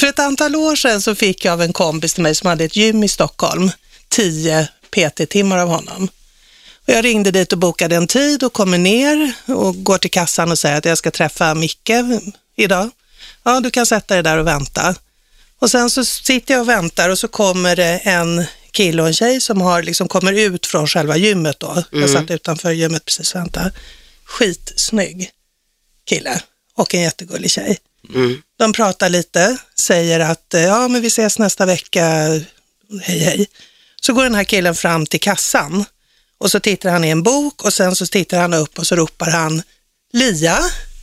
För ett antal år sedan så fick jag av en kompis till mig som hade ett gym i Stockholm 10 PT-timmar av honom. Och jag ringde dit och bokade en tid och kommer ner och går till kassan och säger att jag ska träffa Micke idag. Ja, du kan sätta dig där och vänta. Och sen så sitter jag och väntar och så kommer det en kille och en tjej som har liksom kommer ut från själva gymmet då. Jag satt utanför gymmet precis och väntade. Skitsnygg kille och en jättegullig tjej. De pratar lite, säger att ja men vi ses nästa vecka, hej. Så går den här killen fram till kassan och så tittar han i en bok och sen så tittar han upp och så ropar han Lia.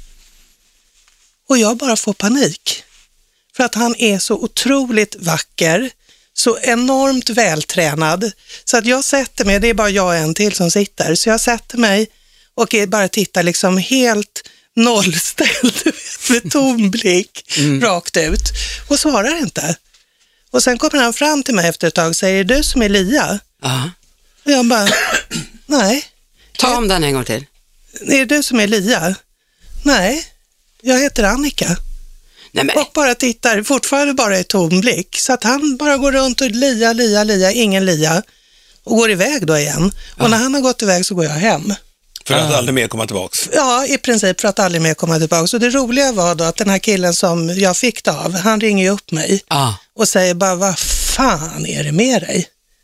Och jag bara får panik. För att han är så otroligt vacker, så enormt vältränad. Så att jag sätter mig, det är bara jag och en till som sitter, så jag sätter mig och bara tittar liksom helt nollställd med tom blick rakt ut och svarar inte. Och sen kommer han fram till mig efter ett tag och säger, är det du som är Lia? Ja. Och jag bara, nej. Ta om den en gång till. Är det du som är Lia? Nej, jag heter Annika. Nej, men. Och bara tittar, fortfarande bara i tom blick. Så att han bara går runt och Lia, ingen Lia. Och går iväg då igen. Och när han har gått iväg så går jag hem. För att aldrig mer komma tillbaks? Ja, i princip för att aldrig mer komma tillbaka. Så det roliga var då att den här killen som jag fick det av, han ringer ju upp mig och säger bara, vad fan är det med dig?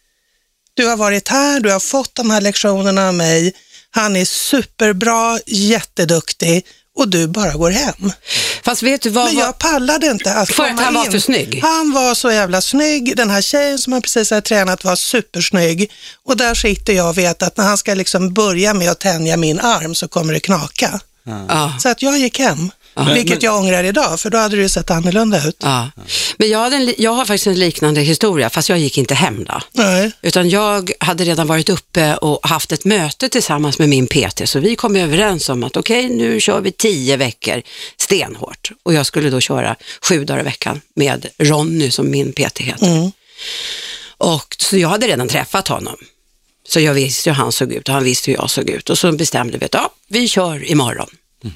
Du har varit här, du har fått de här lektionerna av mig. Han är superbra, jätteduktig och du bara går hem. Fast vet du vad? Men jag pallade inte att för komma att han var in. för snygg. Han var så jävla snygg. Den här tjejen som han precis har tränat var supersnygg. Och där sitter jag och vet att när han ska liksom börja med att tänja min arm så kommer det knaka. Så att jag gick hem. Vilket jag ångrar idag, för då hade det ju sett annorlunda ut. Ja. Men jag har faktiskt en liknande historia, fast jag gick inte hem då. Nej. Utan jag hade redan varit uppe och haft ett möte tillsammans med min PT. Så vi kom överens om att okej, nu kör vi 10 veckor stenhårt. Och jag skulle då köra 7 dagar i veckan med Ronny som min PT heter. Och så jag hade redan träffat honom. Så jag visste hur han såg ut och han visste hur jag såg ut. Och så bestämde vi att vi kör imorgon.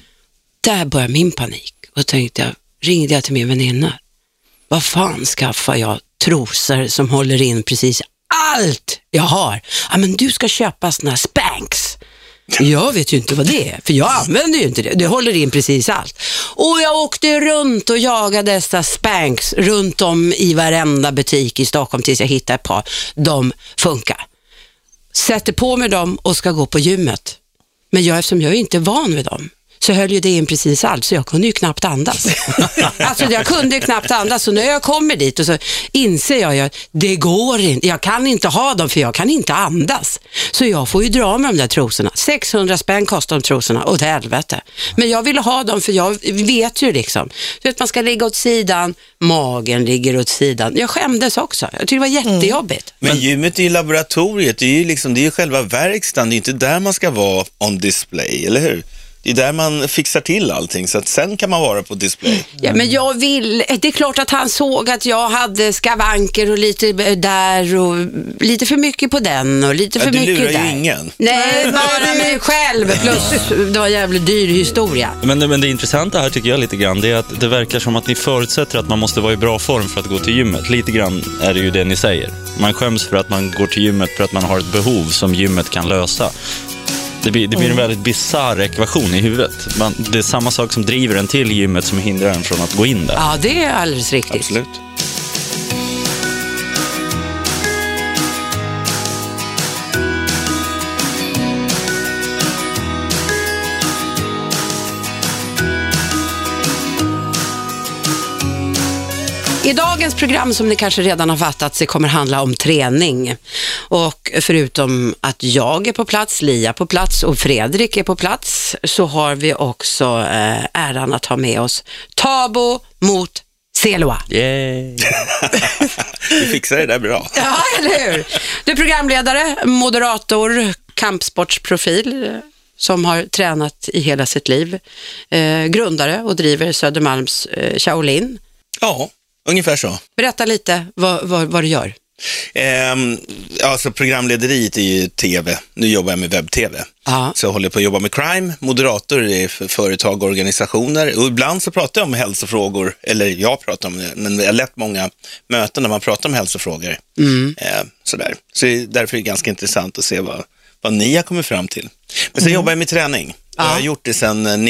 Där började min panik och ringde jag till min väninna. Vad fan skaffar jag trosor som håller in precis allt jag har? Ja, men du ska köpa såna Spanx. Jag vet ju inte vad det är, för jag använder ju inte det. Det håller in precis allt. Och jag åkte runt och jagade dessa Spanx runt om i varenda butik i Stockholm tills jag hittade ett par. De funkar. Sätter på mig dem och ska gå på gymmet. Men eftersom jag är inte van vid dem, så höll ju det in precis allt, så jag kunde ju knappt andas. Alltså jag kunde ju knappt andas, så när jag kommer dit och så inser jag att det går inte, jag kan inte ha dem för jag kan inte andas. Så jag får ju dra med de där trosorna. 600 spänn kostar de trosorna, åt helvete. Men jag ville ha dem för jag vet ju liksom. Så att man ska ligga åt sidan, magen ligger åt sidan. Jag skämdes också, jag tyckte det var jättejobbigt. Men gymmet är ju laboratoriet, det är ju liksom, det är ju själva verkstaden, det är inte där man ska vara on display, eller hur? Det är där man fixar till allting, så att sen kan man vara på display. Ja, men det är klart att han såg att jag hade skavanker och lite där och lite för mycket på den och lite för mycket där. Du lurar ju ingen. Nej, bara mig själv, plus det var en jävligt dyr historia. Men det intressanta här tycker jag lite grann, det är att det verkar som att ni förutsätter att man måste vara i bra form för att gå till gymmet. Lite grann är det ju det ni säger. Man skäms för att man går till gymmet för att man har ett behov som gymmet kan lösa. Det blir en väldigt bizarr ekvation i huvudet. Det är samma sak som driver en till gymmet som hindrar en från att gå in där. Ja, det är alldeles riktigt. Absolut. I dagens program, som ni kanske redan har fattat, så kommer handla om träning. Och förutom att jag är på plats, Lia på plats och Fredrik är på plats, så har vi också äran att ha med oss Tabo mot Seloa. Yay! Vi fixar det där bra. Ja, eller hur? Du är programledare, moderator, kampsportsprofil som har tränat i hela sitt liv. Grundare och driver Södermalms Shaolin. Ja, ungefär så. Berätta lite vad du gör. Alltså programlederiet är ju tv. Nu jobbar jag med webb-tv. Så jag håller på att jobba med crime. Moderator är för företag och organisationer. Och ibland så pratar jag om hälsofrågor. Eller jag pratar om det. Men jag har lett många möten där man pratar om hälsofrågor. Sådär. Så därför är det ganska intressant att se vad ni har kommit fram till. Men sen jobbar jag med träning. Jag har gjort det sedan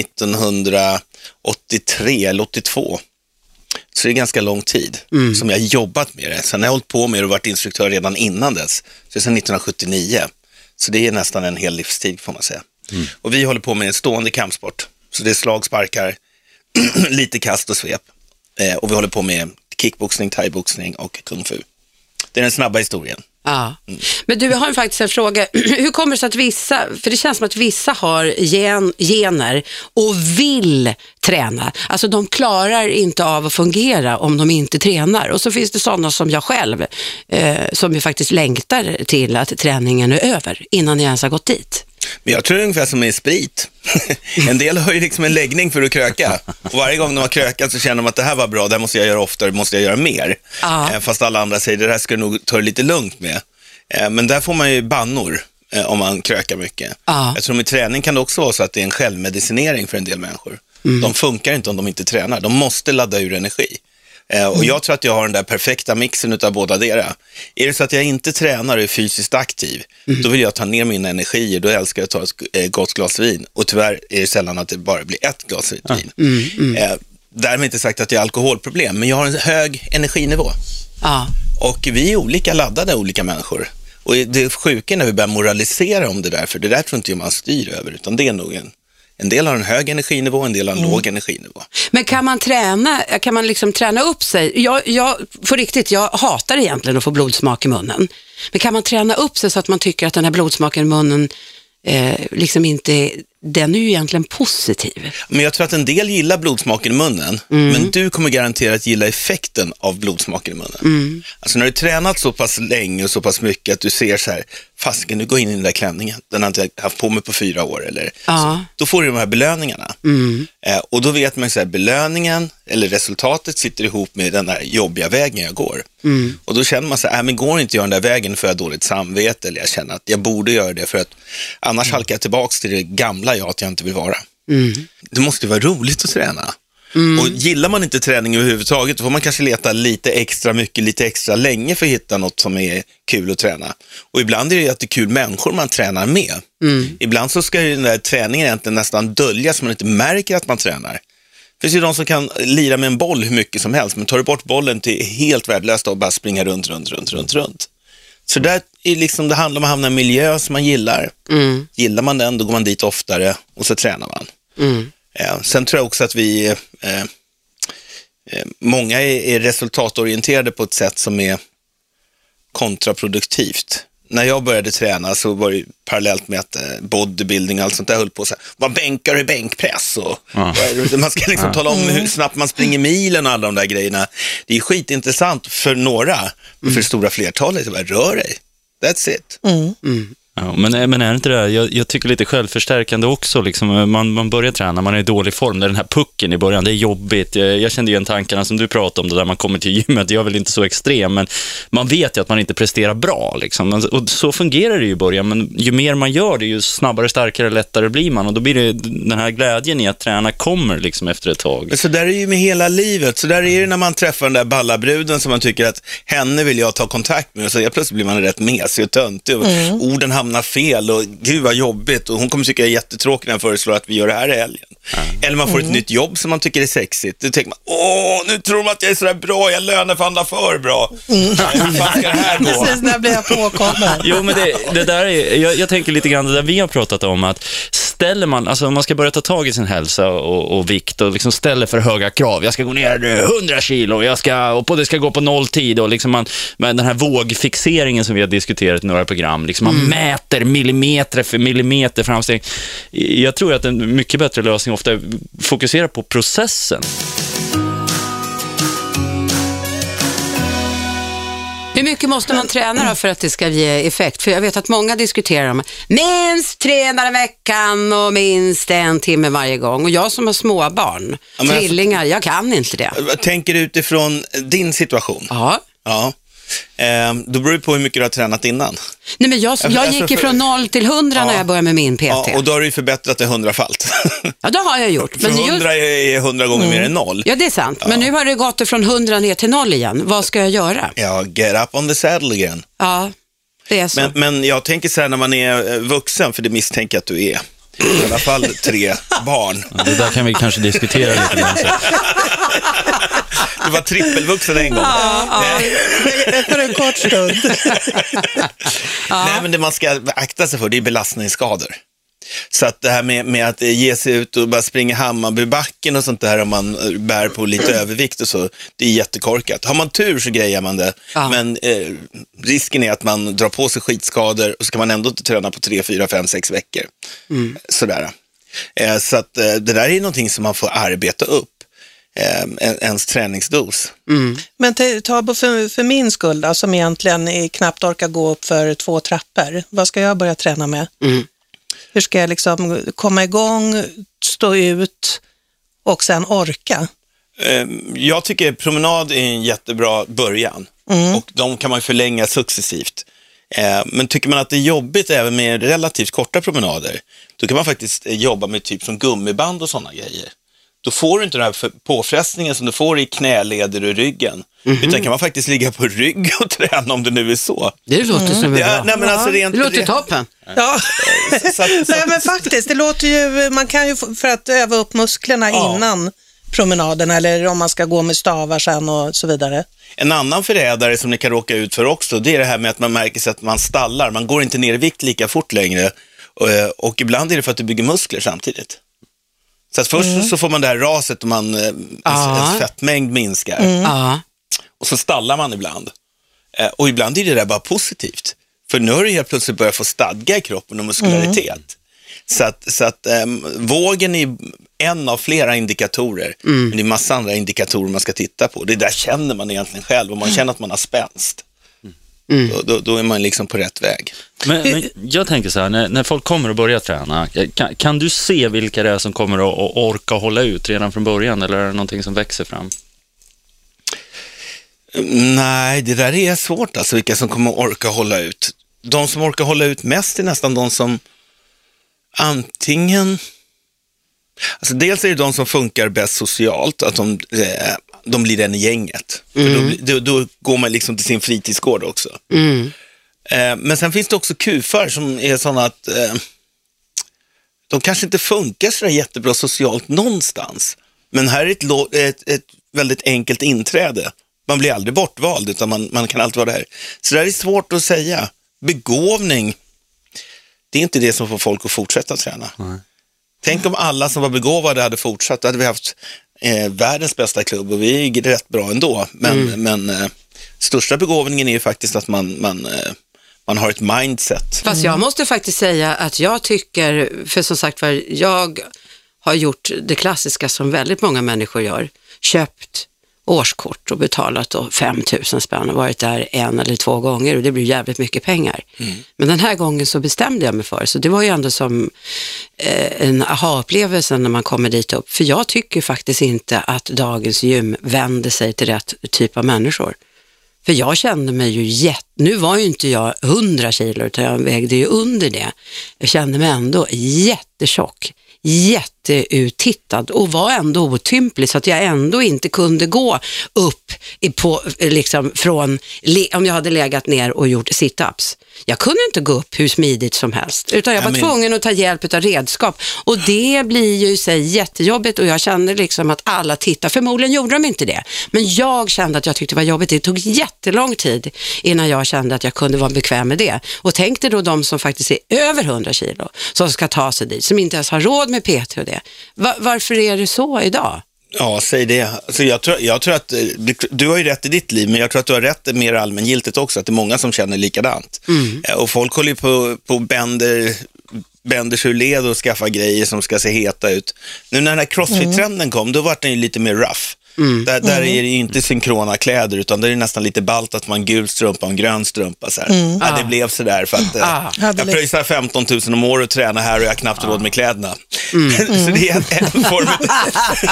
1983 eller 82. Så det är ganska lång tid som jag har jobbat med det. Sen har jag hållit på med det och varit instruktör redan innan dess. Så det är sedan 1979. Så det är nästan en hel livstid får man säga. Och vi håller på med en stående kampsport. Så det är slag, sparkar, lite kast och svep. Och vi håller på med kickboxning, thaiboxning och kung fu. Det är den snabba historien. Ja. Men du, har ju faktiskt en fråga. Hur kommer det sig att vissa, för det känns som att vissa har gener och vill träna. Alltså de klarar inte av att fungera om de inte tränar. Och så finns det sådana som jag själv som ju faktiskt längtar till att träningen är över innan jag ens har gått dit. Men jag tror det är ungefär som med sprit. En del har ju liksom en läggning för att kröka. Och varje gång de har krökat så känner de att det här var bra, det här måste jag göra oftare, måste jag göra mer. Fast alla andra säger det här ska du nog ta det lite lugnt med. Men där får man ju bannor om man krökar mycket. Jag tror med träning kan det också vara så att det är en självmedicinering för en del människor. De funkar inte om de inte tränar. De måste ladda ur energi. Och jag tror att jag har den där perfekta mixen utav båda dera. Är det så att jag inte tränar och är fysiskt aktiv, då vill jag ta ner mina energier. Då älskar jag att ta ett gott glas vin. Och tyvärr är det sällan att det bara blir ett glas vin. Därmed inte sagt att jag har alkoholproblem, men jag har en hög energinivå. Och vi är olika laddade, olika människor. Och det är sjuka när vi börjar moralisera om det där, för det där tror inte jag man styr över, utan det är nog en del har en hög energinivå, en del har en låg energinivå. Men kan man liksom träna upp sig? Jag hatar egentligen att få blodsmak i munnen. Men kan man träna upp sig så att man tycker att den här blodsmaken i munnen liksom inte, den är ju egentligen positiv. Men jag tror att en del gillar blodsmaken i munnen, men du kommer garanterat gilla effekten av blodsmaken i munnen. Alltså när du tränat så pass länge och så pass mycket att du ser så här, fasken, du går in i den där klänningen, den har inte haft på mig på 4 år eller så, då får du de här belöningarna. Och då vet man så här, belöningen eller resultatet sitter ihop med den där jobbiga vägen jag går. Och då känner man så här, men går inte jag den där vägen för jag har dåligt samvete, eller jag känner att jag borde göra det för att annars halkar jag tillbaka till det gamla jag att jag inte vill vara. Det måste vara roligt att träna. Och gillar man inte träning överhuvudtaget, då får man kanske leta lite extra mycket, lite extra länge för att hitta något som är kul att träna. Och ibland är det ju att det är kul människor man tränar med. Ibland så ska ju den där träningen egentligen nästan döljas så man inte märker att man tränar. Det finns ju de som kan lira med en boll hur mycket som helst, men tar du bort bollen till helt värdelöst och bara springa runt. Så där är liksom, det handlar om att hamna i en miljö som man gillar. Gillar man den, då går man dit oftare och så tränar man. Sen tror jag också att vi många är resultatorienterade på ett sätt som är kontraproduktivt. När jag började träna så var det parallellt med att bodybuilding och allt sånt där höll på så här, vad bänkar i bänkpress och man ska liksom tala om hur snabbt man springer milen och alla de där grejerna. Det är skitintressant för några, men för det stora flertalet är bara rör dig. That's it. Ja, men är det inte det? Jag tycker lite självförstärkande också. Liksom, man börjar träna, man är i dålig form. Det är den här pucken i början, det är jobbigt. Jag kände igen tankarna som du pratade om, det där man kommer till gymmet. Jag är väl inte så extrem, men man vet ju att man inte presterar bra. Liksom. Och så fungerar det ju i början. Men ju mer man gör det, ju snabbare, starkare, lättare blir man. Och då blir det den här glädjen i att träna kommer liksom efter ett tag. Men så där är det ju med hela livet. Så där är det när man träffar den där ballabruden som man tycker att henne vill jag ta kontakt med. Och så plötsligt blir man rätt mesig och töntig. Och orden hamnar fel och gud vad jobbigt, och hon kommer tycka det är jättetråkigt när jag föreslår att vi gör det här i helgen. Eller man får ett nytt jobb som man tycker är sexigt. Då tänker man, nu tror man att jag är sådär bra, jag löneförhandlar för bra. Hur fan ska det här gå? Precis, när blir jag påkommen? Jo, men det där är, jag tänker lite grann det där vi har pratat om, att ställer man, alltså om man ska börja ta tag i sin hälsa och vikt och liksom ställer för höga krav, jag ska gå ner 100 kilo och det ska gå på nolltid, och liksom med den här vågfixeringen som vi har diskuterat i några program, liksom man mäter millimeter för millimeter framsteg. Jag tror att en mycket bättre lösning ofta fokuserar på processen. Hur mycket måste man träna då för att det ska ge effekt? För jag vet att många diskuterar om minst 3 dagar i veckan och minst 1 timme varje gång. Och jag som har småbarn, tvillingar, jag kan inte det. Jag tänker utifrån din situation. Ja. Då beror det på hur mycket du har tränat innan. Nej, men jag gick ifrån 0 till 100 när jag började med min PT. Ja, och då har du ju förbättrat det 100-falt. Ja, det har jag gjort. Men för 100 är 100 gånger mer än 0. Ja, det är sant. Ja. Men nu har det gått från 100 ner till 0 igen. Vad ska jag göra? Ja, get up on the saddle again. Ja, det är så. Men jag tänker så här när man är vuxen, för det misstänker att du är. I alla fall 3 barn. Ja, det där kan vi kanske diskutera lite grann. Du var trippelvuxen en gång. För en kort stund. Nej, men det man ska akta sig för, det är belastningsskador. Så att det här med att ge sig ut och bara springa Hammarbybacken och sånt där om man bär på lite övervikt och så, det är jättekorkat. Har man tur så grejer man det, men risken är att man drar på sig skitskador och så kan man ändå inte träna på 3, 4, 5, 6 veckor. Sådär. Så att det där är någonting som man får arbeta upp. Ens träningsdos. Men Tabo, för min skull då, som egentligen knappt orkar gå upp för 2 trappor, vad ska jag börja träna med? Hur ska jag liksom komma igång, stå ut och sen orka? Jag tycker promenad är en jättebra början och de kan man förlänga successivt. Men tycker man att det är jobbigt även med relativt korta promenader, då kan man faktiskt jobba med typ som gummiband och sådana grejer. Då får du inte den här påfrestningen som du får i knäleder och ryggen. Utan kan man faktiskt ligga på rygg och träna om det nu är så. Det låter som bra. Nej, men alltså det låter toppen. Ja, nej, men faktiskt, det låter ju, man kan ju för att öva upp musklerna innan promenaden eller om man ska gå med stavar sen och så vidare. En annan förrädare som ni kan råka ut för också, det är det här med att man märker sig att man stallar. Man går inte ner i vikt lika fort längre och ibland är det för att du bygger muskler samtidigt. Så att först så får man det här raset och ens fettmängd minskar. Och så stallar man ibland. Och ibland är det där bara positivt. För nu har du helt plötsligt börjat få stadga i kroppen och muskularitet. Så att vågen är en av flera indikatorer. Men det är massa andra indikatorer man ska titta på. Det där känner man egentligen själv. Om man känner att man har spänst. Då är man liksom på rätt väg. Men jag tänker så här, när folk kommer och börjar träna, kan du se vilka det är som kommer att orka hålla ut redan från början, eller är det någonting som växer fram? Nej, det där är svårt alltså, vilka som kommer att orka hålla ut. De som orkar hålla ut mest är nästan de som antingen... Alltså dels är det de som funkar bäst socialt, att de blir den i gänget. För då går man liksom till sin fritidsgård också. Men sen finns det också kufar som är sådana att de kanske inte funkar så jättebra socialt någonstans. Men här är ett väldigt enkelt inträde. Man blir aldrig bortvald utan man kan alltid vara där. Så det är svårt att säga. Begåvning, det är inte det som får folk att fortsätta träna. Tänk om alla som var begåvade hade fortsatt. Då hade vi haft världens bästa klubb och vi är rätt bra ändå. Men största begåvningen är ju faktiskt att man har ett mindset. Fast jag måste faktiskt säga att jag tycker, för som sagt var, jag har gjort det klassiska som väldigt många människor gör. Köpt årskort och betalat då 5 000 spänn och varit där 1 eller 2 gånger och det blir jävligt mycket pengar. Men den här gången så bestämde jag mig för, så det var ju ändå som en aha-upplevelse när man kommer dit upp. För jag tycker faktiskt inte att dagens gym vänder sig till rätt typ av människor. För jag kände mig ju nu var ju inte jag 100 kilo utan jag vägde ju under det. Jag kände mig ändå jättetjock, jätteuttittad och var ändå otymplig så att jag ändå inte kunde gå upp liksom från, om jag hade legat ner och gjort sit-ups. Jag kunde inte gå upp hur smidigt som helst utan jag var tvungen att ta hjälp av redskap och det blir ju sig jättejobbigt och jag kände liksom att alla tittar, förmodligen gjorde de inte det men jag kände att jag tyckte det var jobbigt. Det tog jättelång tid innan jag kände att jag kunde vara bekväm med det och tänkte då de som faktiskt är över 100 kilo som ska ta sig dit, som inte ens har råd med PT och det. Varför är det så idag? Ja, säg det. Alltså jag tror att du har ju rätt i ditt liv, men jag tror att du har rätt mer allmängiltigt också, att det är många som känner likadant. Och folk håller ju på bänder sig ur led och skaffar grejer som ska se heta ut. Nu när den här crossfit-trenden kom, då var den ju lite mer rough. Där är det ju inte synkrona kläder utan det är nästan lite ballt att man gul strumpa och en grön strumpa så här. Ja, det blev så där för att jag pröjsar 15 000 om året och tränar här och jag har knappt råd med kläderna. Så det är en form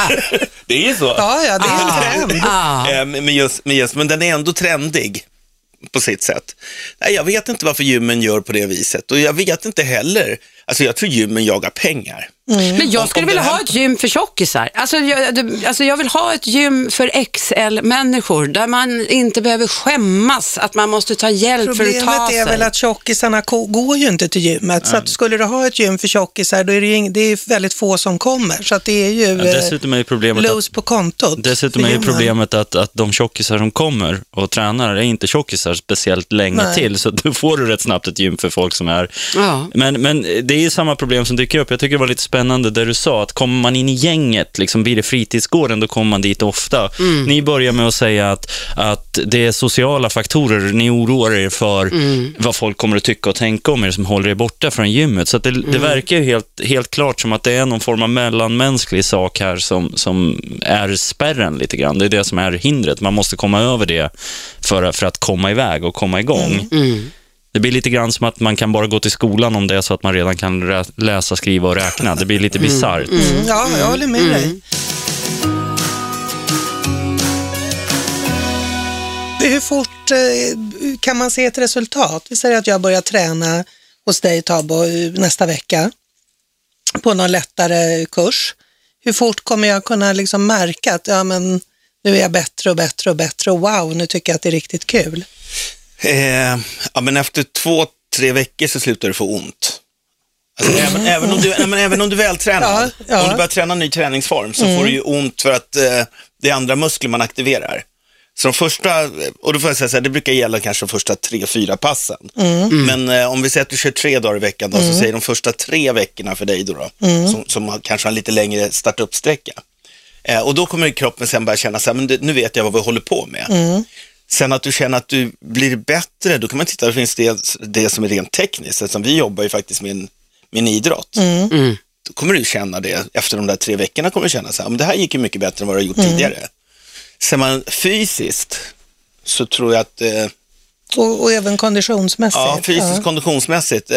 det är ju så. Ja, det är en trend. Men den är ändå trendig. på sitt sätt. Nej, jag vet inte varför gymmen gör på det viset. Och jag vet inte heller, alltså jag tror gymmen jagar pengar. Men jag skulle vilja ha ett gym för tjockisar. Alltså jag vill ha ett gym för XL-människor där man inte behöver skämmas att man måste ta hjälp för att ta sig. Problemet är väl att tjockisarna går ju inte till gymmet. Så att skulle du ha ett gym för tjockisar, då är det är väldigt få som kommer. Så att det är ju dessutom är problemet lose på kontot. Dessutom är ju problemet att de tjockisar som kommer och tränar är inte tjockisar speciellt länge till. Så då får du rätt snabbt ett gym för folk som är... Ja. Men det är ju samma problem som dyker upp. Jag tycker det var lite spännande där du sa att kommer man in i gänget, liksom blir det fritidsgården, då kommer man dit ofta. Ni börjar med att säga att det är sociala faktorer, ni oroar er för vad folk kommer att tycka och tänka om er som håller er borta från gymmet. Så att det verkar ju helt klart som att det är någon form av mellanmänsklig sak här som är spärren lite grann. Det är det som är hindret. Man måste komma över det för att komma iväg och komma igång. Det blir lite grann som att man kan bara gå till skolan om det är så att man redan kan läsa, skriva och räkna. Det blir lite bisarrt. Ja, jag håller med dig. Hur fort kan man se ett resultat? Vi säger att jag börjar träna hos dig, Tabo, nästa vecka på någon lättare kurs. Hur fort kommer jag kunna liksom märka att nu är jag bättre och bättre och bättre och wow, nu tycker jag att det är riktigt kul? Men efter 2-3 veckor så slutar du få ont. Alltså, även om du väl tränar, om du börjar träna en ny träningsform så får du ju ont för att det är andra muskler man aktiverar. Så de första, och då får jag säga så här, det brukar gälla kanske de första 3-4 passen. Men om vi säger att du kör 3 dagar i veckan då, så säger de första 3 veckorna för dig då, som kanske har en lite längre startuppsträcka. Och då kommer kroppen sen börja känna så här, men nu vet jag vad vi håller på med. Sen att du känner att du blir bättre, då kan man titta, det finns det som är rent tekniskt, som vi jobbar ju faktiskt med en idrott. Då kommer du känna det, efter de där 3 veckorna kommer du känna så här, men det här gick ju mycket bättre än vad du har gjort tidigare. Sen man fysiskt så tror jag att... och även konditionsmässigt. Ja, fysiskt konditionsmässigt.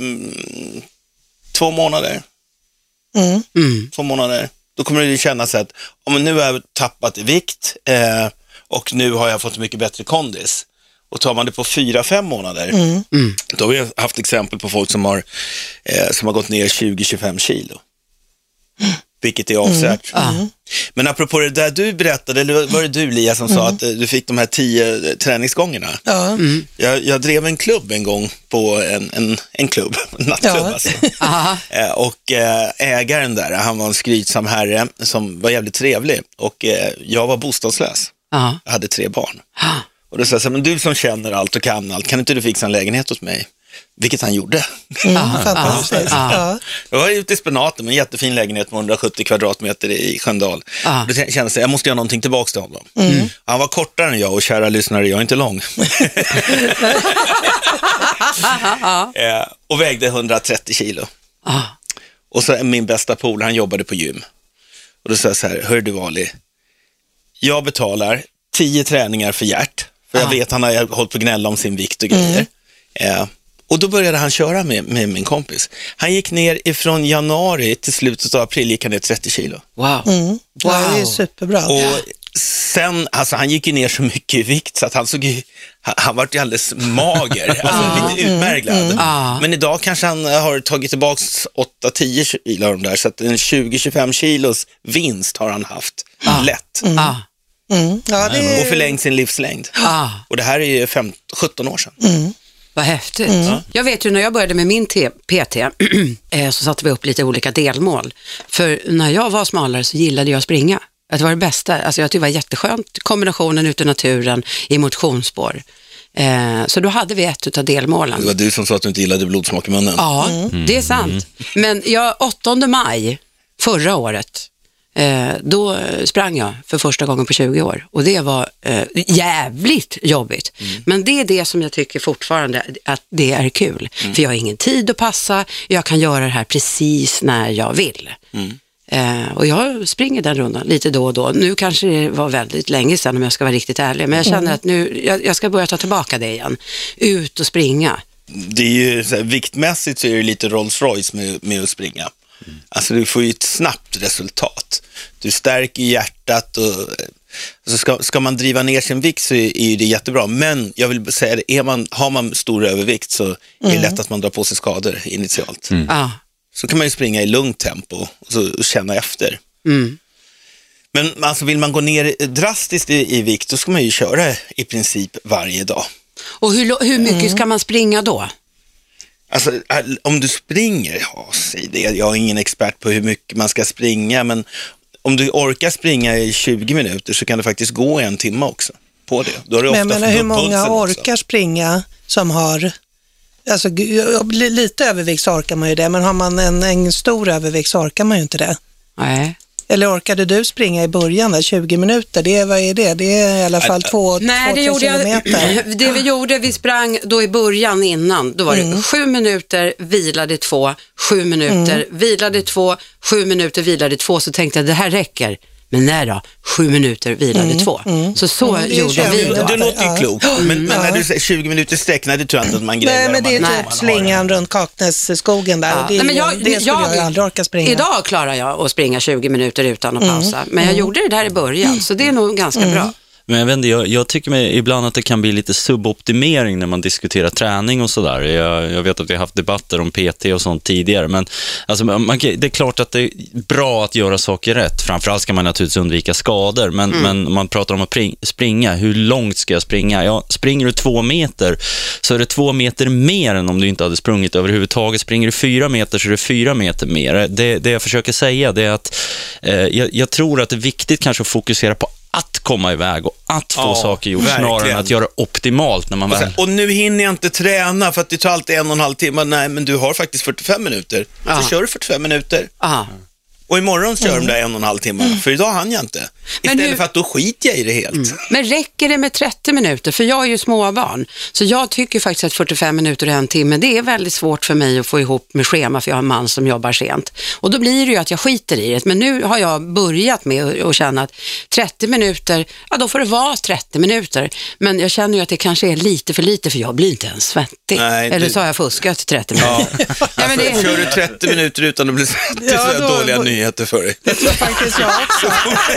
2 månader. 2 månader. Då kommer du känna så att men nu har jag tappat i vikt och nu har jag fått mycket bättre kondis. Och tar man det på 4-5 månader, då har vi haft exempel på folk som har gått ner 20-25 kilo. Vilket är avsevärt. Men apropå det där du berättade, eller var det du, Lia, som sa att du fick de här 10 träningsgångarna? Jag drev en klubb en gång på en klubb, en nattklubb alltså. Och ägaren där, han var en skrytsam herre som var jävligt trevlig. Och jag var bostadslös. Jag hade 3 barn. Och då sa jag så här, men du som känner allt och kan allt, kan inte du fixa en lägenhet åt mig? Vilket han gjorde. Jag var ute i Spenaten med en jättefin lägenhet med 170 kvadratmeter i Sköndal. Då kände jag att jag måste göra någonting tillbaka till honom. Han var kortare än jag, och kära lyssnare, jag är inte lång. Och vägde 130 kilo. Och så min bästa polare, han jobbade på gym. Och då sa jag så här, hör du Ali, jag betalar 10 träningar för Gert. För jag vet han har hållit på att gnälla om sin vikt och grejer. Och då började han köra med min kompis. Han gick ner ifrån januari till slutet av april, gick han ner 30 kilo. Wow. Det är superbra. Och sen, alltså han gick ju ner så mycket i vikt så att han var ju alldeles mager, alltså lite utmärglad. Men idag kanske han har tagit tillbaka 8-10 kilo av de där, så att en 20-25 kilos vinst har han haft lätt. Och förlängt sin livslängd. Och det här är ju 17 år sedan. Vad häftigt. Jag vet ju när jag började med min PT så satte vi upp lite olika delmål. För när jag var smalare så gillade jag att springa. Det var det bästa. Alltså jag tyckte det var jätteskönt. Kombinationen ute i naturen i motionsspår. Så då hade vi ett av delmålen. Det var du som sa att du inte gillade blodsmak i munnen. Ja, det är sant. Men 8 maj förra året, då sprang jag för första gången på 20 år. Och det var jävligt jobbigt. Men det är det som jag tycker fortfarande att det är kul. För jag har ingen tid att passa. Jag kan göra det här precis när jag vill. Och jag springer den rundan lite då och då. Nu kanske det var väldigt länge sedan om jag ska vara riktigt ärlig. Men jag känner att nu jag ska börja ta tillbaka det igen. Ut och springa. Det är ju så här, viktmässigt så är det lite Rolls Royce med att springa. Alltså du får ju ett snabbt resultat. Du stärker hjärtat och Alltså ska man driva ner sin vikt så är ju det jättebra. Men jag vill säga det, har man stor övervikt så är det lätt att man drar på sig skador initialt. Så kan man ju springa i lugnt tempo och känna efter. Men alltså vill man gå ner drastiskt i vikt, då ska man ju köra i princip varje dag. Och hur mycket ska man springa då? Alltså om du springer, säg det, jag är ingen expert på hur mycket man ska springa, men om du orkar springa i 20 minuter så kan det faktiskt gå 1 timme också på det. Då är det men hur många orkar springa som har, alltså lite övervikt så orkar man ju det, men har man en stor övervikt så orkar man ju inte det. Nej. Eller orkade du springa i början där, 20 minuter? Vad är det? Det är i alla fall 2-3 kilometer. Det vi gjorde, vi sprang då i början innan. Då var det 7 minuter, vilade 2, 7 minuter, vilade 2, 7 minuter, vilade 2. Så tänkte jag, det här räcker. Men nej då, 7 minuter, vilade 2. Så gjorde vi då. Det låter ju klokt. Men när du säger 20 minuter sträck, nej, det tror jag inte att man grejer. Nej, men det är typ slingan runt Kaknässkogen där. Ja. Det skulle jag aldrig orka springa. Idag klarar jag att springa 20 minuter utan att pausa. Men jag gjorde det där i början, så det är nog ganska bra. Men jag vet inte, jag tycker mig ibland att det kan bli lite suboptimering när man diskuterar träning och sådär. Jag vet att vi har haft debatter om PT och sånt tidigare, men alltså, det är klart att det är bra att göra saker rätt. Framförallt ska man naturligtvis undvika skador, men man pratar om att springa. Hur långt ska jag springa? Ja, springer du 2 meter så är det 2 meter mer än om du inte hade sprungit överhuvudtaget. Springer du 4 meter så är det 4 meter mer. Det jag försöker säga, det är att jag tror att det är viktigt kanske att fokusera på att komma iväg och att få saker gjort snarare än att göra optimalt när man väl... Och nu hinner jag inte träna för att det tar alltid 1,5 timme. Nej, men du har faktiskt 45 minuter. Så kör du 45 minuter. Och imorgon kör de där 1,5 timmar. För idag hann jag inte. Istället för att då skiter jag i det helt. Men räcker det med 30 minuter? För jag är ju småbarn. Så jag tycker faktiskt att 45 minuter och 1 timme, det är väldigt svårt för mig att få ihop med schema, för jag har en man som jobbar sent. Och då blir det ju att jag skiter i det. Men nu har jag börjat med att känna att 30 minuter, ja då får det vara 30 minuter. Men jag känner ju att det kanske är lite för lite, för jag blir inte ens svettig. Nej, eller så har jag fuskat 30 minuter. Ja, men kör du 30 minuter utan att bli svettig så är dåliga nyheter för dig. Det tror faktiskt jag också.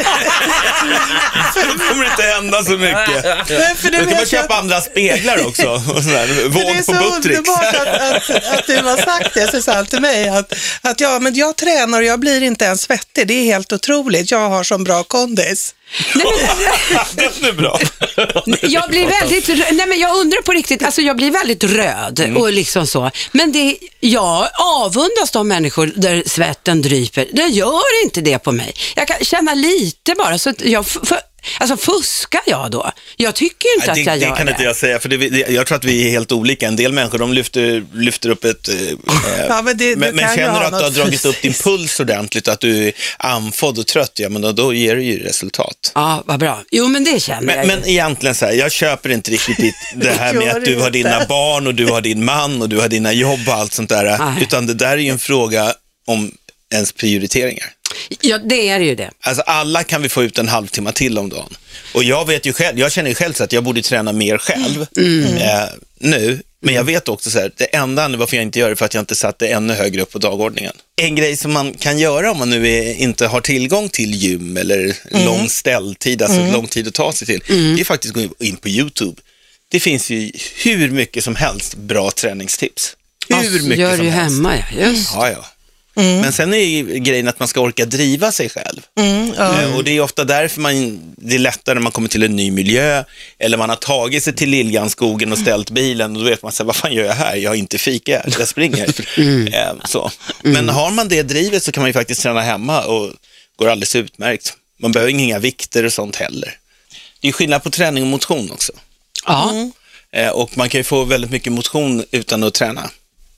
Det kommer inte hända så mycket. Du kan bara köpa andra speglar också. Och sådär. Våg på Buttricks. Det är så underbart att du har sagt det, Susanne, till mig. Att men jag tränar och jag blir inte ens svettig. Det är helt otroligt. Jag har sån bra kondis. Det är bra. Jag blir väldigt, jag undrar på riktigt, alltså jag blir väldigt röd och liksom så. Men jag avundas de människor där svetten dryper. Det gör inte det på mig. Jag kan känna lite bara, så att alltså fuskar jag då? Jag tycker inte att jag gör det. Det kan inte jag säga, för jag tror att vi är helt olika. En del människor, de lyfter upp ett... men känner att du har dragit upp din puls ordentligt, att du är andfådd och trött, ja, men då ger det ju resultat. Ja, vad bra. Jo, men det känner jag. Men egentligen så här, jag köper inte riktigt det här med att du har dina barn och du har din man och du har dina jobb och allt sånt där. Utan det där är ju en fråga om ens prioriteringar. Ja, det är ju det. Alltså alla kan vi få ut 1,5 timme till om dagen. Och jag vet ju själv, jag känner ju själv så att jag borde träna mer själv nu. Men jag vet också så här, det enda varför jag inte gör det för att jag inte satt det ännu högre upp på dagordningen. En grej som man kan göra om man nu inte har tillgång till gym eller lång ställtid, alltså lång tid att ta sig till, det är faktiskt att gå in på YouTube. Det finns ju hur mycket som helst bra träningstips. Hur mycket gör som ju helst. Hemma, just. Ja. Men sen är ju grejen att man ska orka driva sig själv. Och det är ofta därför det är lättare när man kommer till en ny miljö eller man har tagit sig till Liljanskogen och ställt bilen och då vet man så här, vad fan gör jag här? Jag har inte fika, jag springer. Så. Men har man det drivet så kan man ju faktiskt träna hemma och går alldeles utmärkt. Man behöver inga vikter och sånt heller. Det är skillnad på träning och motion också. Och man kan ju få väldigt mycket motion utan att träna.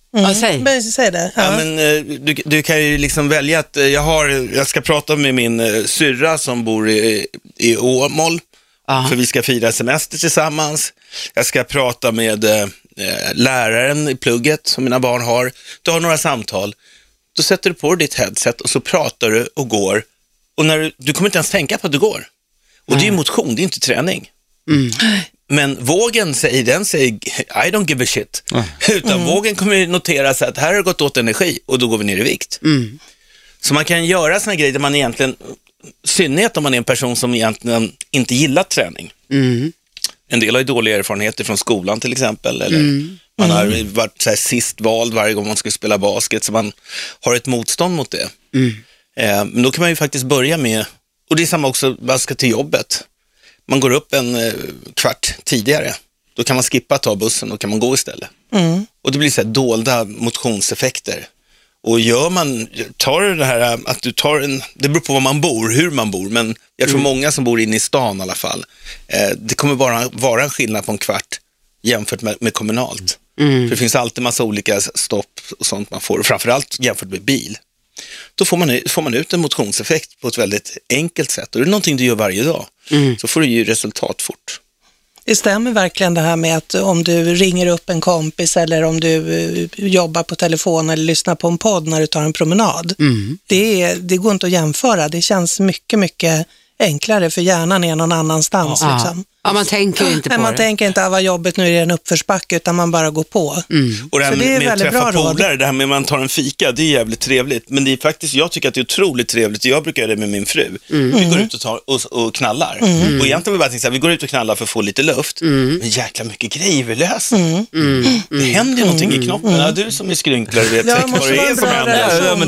Säg det. Ja, men du kan ju liksom välja att jag ska prata med min syrra som bor i Åmål, för vi ska fira semester tillsammans. Jag ska prata med läraren i plugget som mina barn har. Du har några samtal. Då sätter du på ditt headset och så pratar du och går. Och du kommer inte ens tänka på att du går. Och det är ju motion, det är inte träning. Men vågen säger I don't give a shit. Utan vågen kommer notera så att här har det gått åt energi och då går vi ner i vikt. Så man kan göra såna grejer där man egentligen I synnerhet om man är en person som egentligen inte gillar träning. En del har ju dåliga erfarenheter från skolan till exempel, eller man har varit så här sist vald varje gång man ska spela basket, så man har ett motstånd mot det. Men då kan man ju faktiskt börja med, och det är samma också, man ska till jobbet. Man går upp en kvart tidigare, då kan man skippa ta bussen och kan man gå istället. Och det blir så här dolda motionseffekter. Och tar det här att du tar det beror på var man bor, hur man bor, men jag tror många som bor inne i stan i alla fall, det kommer bara vara en skillnad på en kvart jämfört med kommunalt. För det finns alltid massa olika stopp och sånt man får, och framförallt jämfört med bil. Då får man ut en motionseffekt på ett väldigt enkelt sätt, och det är någonting du gör varje dag, så får du ju resultat fort. Det stämmer verkligen det här med att om du ringer upp en kompis eller om du jobbar på telefon eller lyssnar på en podd när du tar en promenad. Det går inte att jämföra. Det känns mycket, mycket enklare, för hjärnan är någon annanstans. Liksom. Ja, man tänker inte på det. Man tänker inte vad jobbet nu är en uppförsbacke, utan man bara går på. Och det här så det är med att väldigt träffa bra råd. polare, det här med att man tar en fika, det är jävligt trevligt. Men det är faktiskt, jag tycker att det är otroligt trevligt. Jag brukar göra det med min fru. Vi går ut och knallar. Och egentligen vill bara tänka så här, vi går ut och knallar för att få lite luft. Men jäkla mycket grejer vi löser. Det händer ju någonting i knoppen. Ja, du som är skrynklare vet säkert vad det är som händer. Ja, men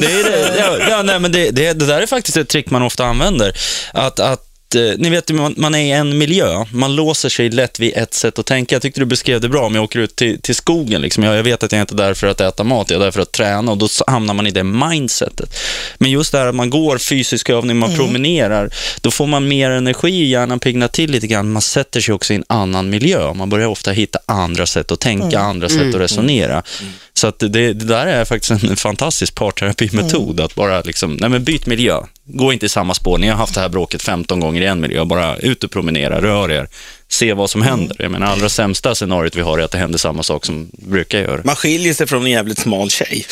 det där är faktiskt ett trick man ofta använder. Att ni vet, man är i en miljö, man låser sig lätt vid ett sätt att tänka. Jag tyckte du beskrev det bra, om jag åker ut till skogen liksom. Jag vet att jag inte är där för att äta mat, jag är där för att träna, och då hamnar man i det mindsetet. Men just det här att man går fysisk övning, man promenerar, då får man mer energi, hjärnan piggnar till lite grann, man sätter sig också i en annan miljö, man börjar ofta hitta andra sätt att tänka, andra sätt att resonera. Så att det där är faktiskt en fantastisk parterapimetod, att bara liksom, nej men byt miljö, gå inte i samma spår, ni har haft det här bråket 15 gånger i en miljö, bara ut och promenera, rör er, se vad som händer. Jag menar, allra sämsta scenariot vi har är att det händer samma sak som brukar göra. Man skiljer sig från en jävligt smal tjej.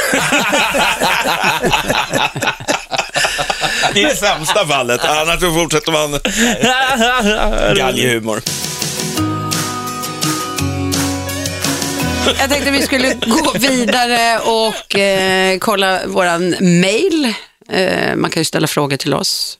I det sämsta fallet, annars så fortsätter man galghumor. Jag tänkte vi skulle gå vidare och kolla våran mail. Man kan ju ställa frågor till oss.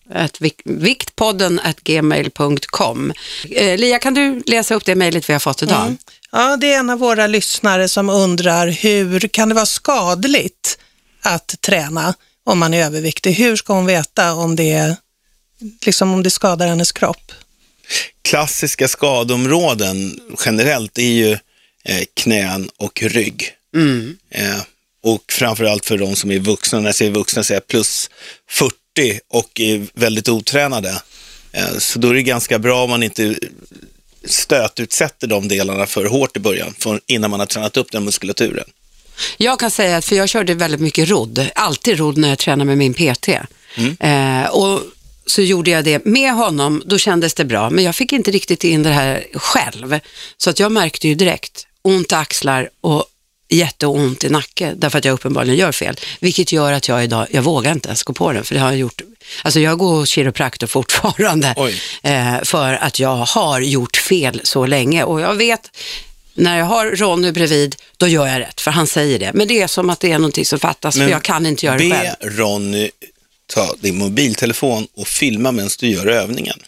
viktpodden@gmail.com. Lia, kan du läsa upp det mejlet vi har fått idag? Ja, det är en av våra lyssnare som undrar, hur kan det vara skadligt att träna om man är överviktig? Hur ska hon veta om det skadar hennes kropp? Klassiska skadområden generellt är ju knän och rygg. Och framförallt för de som är vuxna, när jag säger vuxna säger plus 40 och är väldigt otränade. Så då är det ganska bra om man inte stötutsätter de delarna för hårt i början, innan man har tränat upp den muskulaturen. Jag kan säga att, för jag körde väldigt mycket rodd, alltid rodd när jag tränar med min PT. Och så gjorde jag det med honom, då kändes det bra, men jag fick inte riktigt in det här själv. Så att jag märkte ju direkt ont i axlar och jätteont i nacke, därför att jag uppenbarligen gör fel. Vilket gör att jag vågar inte ens gå på den, för det har jag gjort. Alltså jag går hos kiropraktor fortfarande för att jag har gjort fel så länge. Och jag vet, när jag har Ronny bredvid, då gör jag rätt, för han säger det. Men det är som att det är någonting som fattas, för jag kan inte göra det själv. Be Ronny ta din mobiltelefon och filma medan du gör övningen.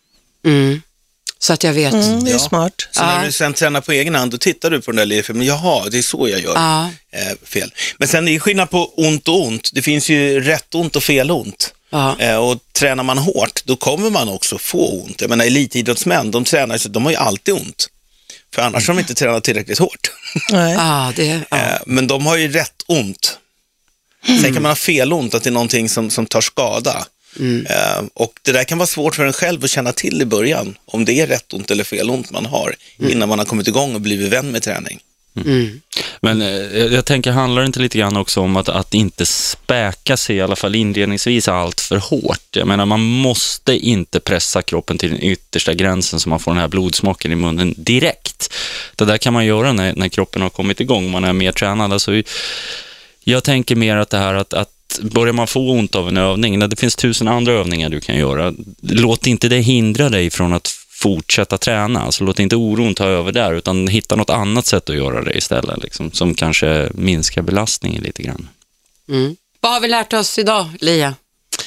Så att jag vet. Det är smart. Så när du sen tränar på egen hand, då tittar du på den där lilla filmen. Jaha, det är så jag gör fel. Men sen är det skillnad på ont och ont. Det finns ju rätt ont och fel ont. Och tränar man hårt, då kommer man också få ont. Jag menar, elitidrottsmän, de har ju alltid ont. För annars har de inte tränat tillräckligt hårt. Men de har ju rätt ont. Sen kan man ha fel ont, att det är någonting som tar skada. Och det där kan vara svårt för en själv att känna till i början, om det är rätt ont eller fel ont man har, innan man har kommit igång och blivit vän med träning. Men jag tänker, handlar det inte lite grann också om att inte späka sig, i alla fall inledningsvis, allt för hårt? Jag menar, man måste inte pressa kroppen till den yttersta gränsen så man får den här blodsmaken i munnen direkt. Det där kan man göra när kroppen har kommit igång, man är mer tränad. Alltså, jag tänker mer att det här att börjar man få ont av en övning, när det finns 1000 andra övningar du kan göra, låt inte det hindra dig från att fortsätta träna. Alltså låt inte oron ta över där, utan hitta något annat sätt att göra det istället, liksom, som kanske minskar belastningen lite grann. Vad har vi lärt oss idag, Lia?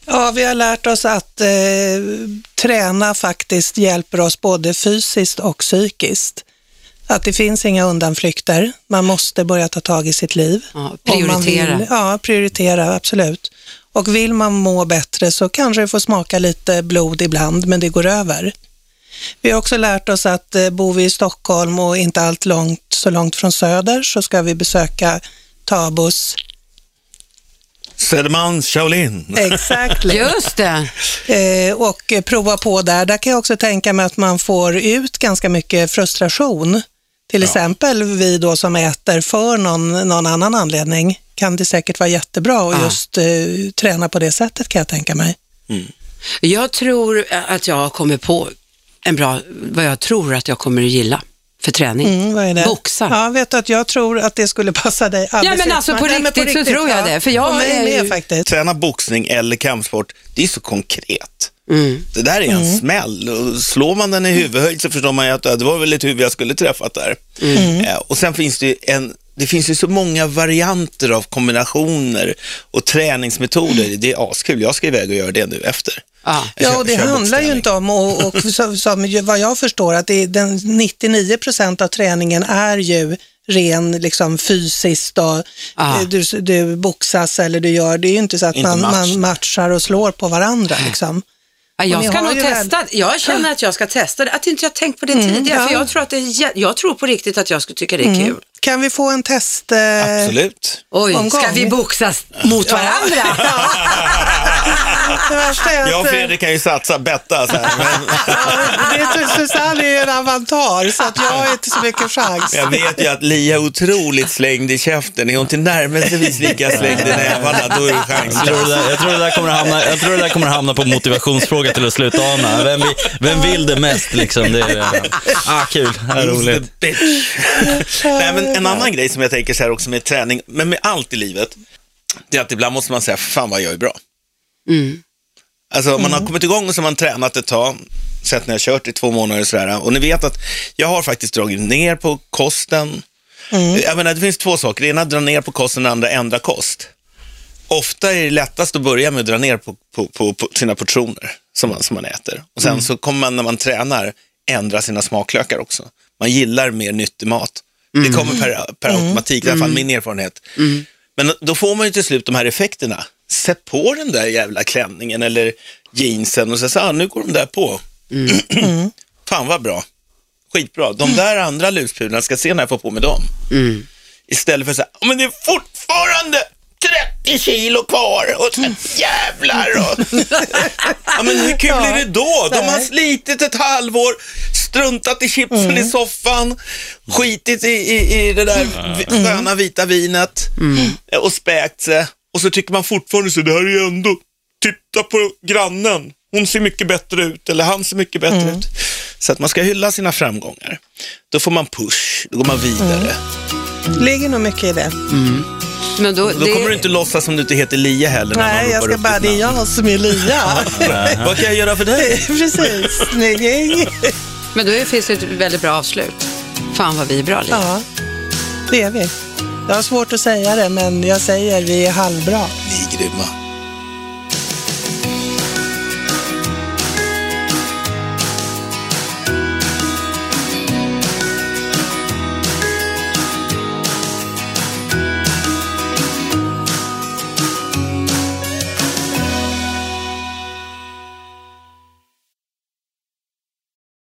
Ja, vi har lärt oss att träna faktiskt hjälper oss både fysiskt och psykiskt. Att det finns inga undanflykter. Man måste börja ta tag i sitt liv. Ja, prioritera. Prioritera, absolut. Och vill man må bättre så kanske det får smaka lite blod ibland, men det går över. Vi har också lärt oss att bor vi i Stockholm och inte så långt från söder så ska vi besöka Tabus. Södermalms Shaolin. Exakt. Just det. Och prova på där. Där kan jag också tänka mig att man får ut ganska mycket frustration. Till exempel vi då som äter för någon annan anledning kan det säkert vara jättebra att just träna på det sättet, kan jag tänka mig. Mm. Jag tror att jag kommer på vad jag tror att jag kommer att gilla för träning. Vad är det? Boxa. Ja, vet du att jag tror att det skulle passa dig alldeles men alltså på riktigt så tror jag det. För jag är med faktiskt. Träna boxning eller kampsport, det är så konkret. Det där är en smäll. Och slår man den i huvudhöjd så förstår man ju att det var väl ett huvud jag skulle träffat där. Och sen finns det det finns ju så många varianter av kombinationer och träningsmetoder. Det är askul. Jag ska iväg och göra det nu efter. Ja, och det handlar ju inte om, och som vad jag förstår, att 99% av träningen är ju ren liksom fysiskt och du boxas eller du gör, det är ju inte så att man matchar och slår på varandra liksom. Jag ska nog testa. Jag känner att jag ska testa det. Att inte jag tänkt på det tidigare. För jag tror på riktigt att jag skulle tycka det är kul. Kan vi få en test? Absolut. Oj, ska vi boxas mot varandra? Jag och Fredrik kan ju betta så här, men... Susanne är ju en avantar så att jag har inte så mycket chans. Jag vet ju att Lia är otroligt slängd i käften. Är hon till närmelsevis lika slängd i nävarna, då är det chans. Jag tror det där kommer hamna på motivationsfråga till att sluta ana. Vem vill det mest liksom? Det är kul, det är roligt. Nej, men en annan grej som jag tänker så här också med träning, men med allt i livet, det är att ibland måste man säga, fan vad jag är bra. Alltså man har kommit igång och så har man tränat ett tag, sett när jag kört i 2 månader och sådär. Och ni vet att jag har faktiskt dragit ner på kosten. Jag menar, det finns 2 saker. Det ena dra ner på kosten, det andra ändra kost. Ofta är det lättast att börja med att dra ner på sina portioner som man äter. Och sen så kommer man när man tränar ändra sina smaklökar också. Man gillar mer nyttig mat. Det kommer per automatik, i alla fall min erfarenhet. Men då får man ju till slut de här effekterna. Sätt på den där jävla klänningen eller jeansen och så nu går de där på. Fan vad bra. Skitbra. De där andra luspularna ska se när jag får på med dem. Istället för att säga, men det är fortfarande 30 kilo kvar och jävlar ja, men hur kul är det då? De har slitit ett halvår, struntat i chipsen i soffan, skitit i det där sköna vita vinet och späkt sig. Och så tycker man fortfarande så det här är ändå, titta på grannen, hon ser mycket bättre ut eller han ser mycket bättre ut. Så att man ska hylla sina framgångar. Då får man push, då går man vidare. Ligger nog mycket i det. Men då kommer du inte låtsas som du inte heter Lia heller. Nej, jag ska bara, det är jag som är Lia. Vad kan jag göra för dig? Precis, snygging. Men då finns det ett väldigt bra avslut. Fan vad vi är bra, Lia. Ja, det är vi. Jag har svårt att säga det, men jag säger vi är halvbra. Ni är grymma.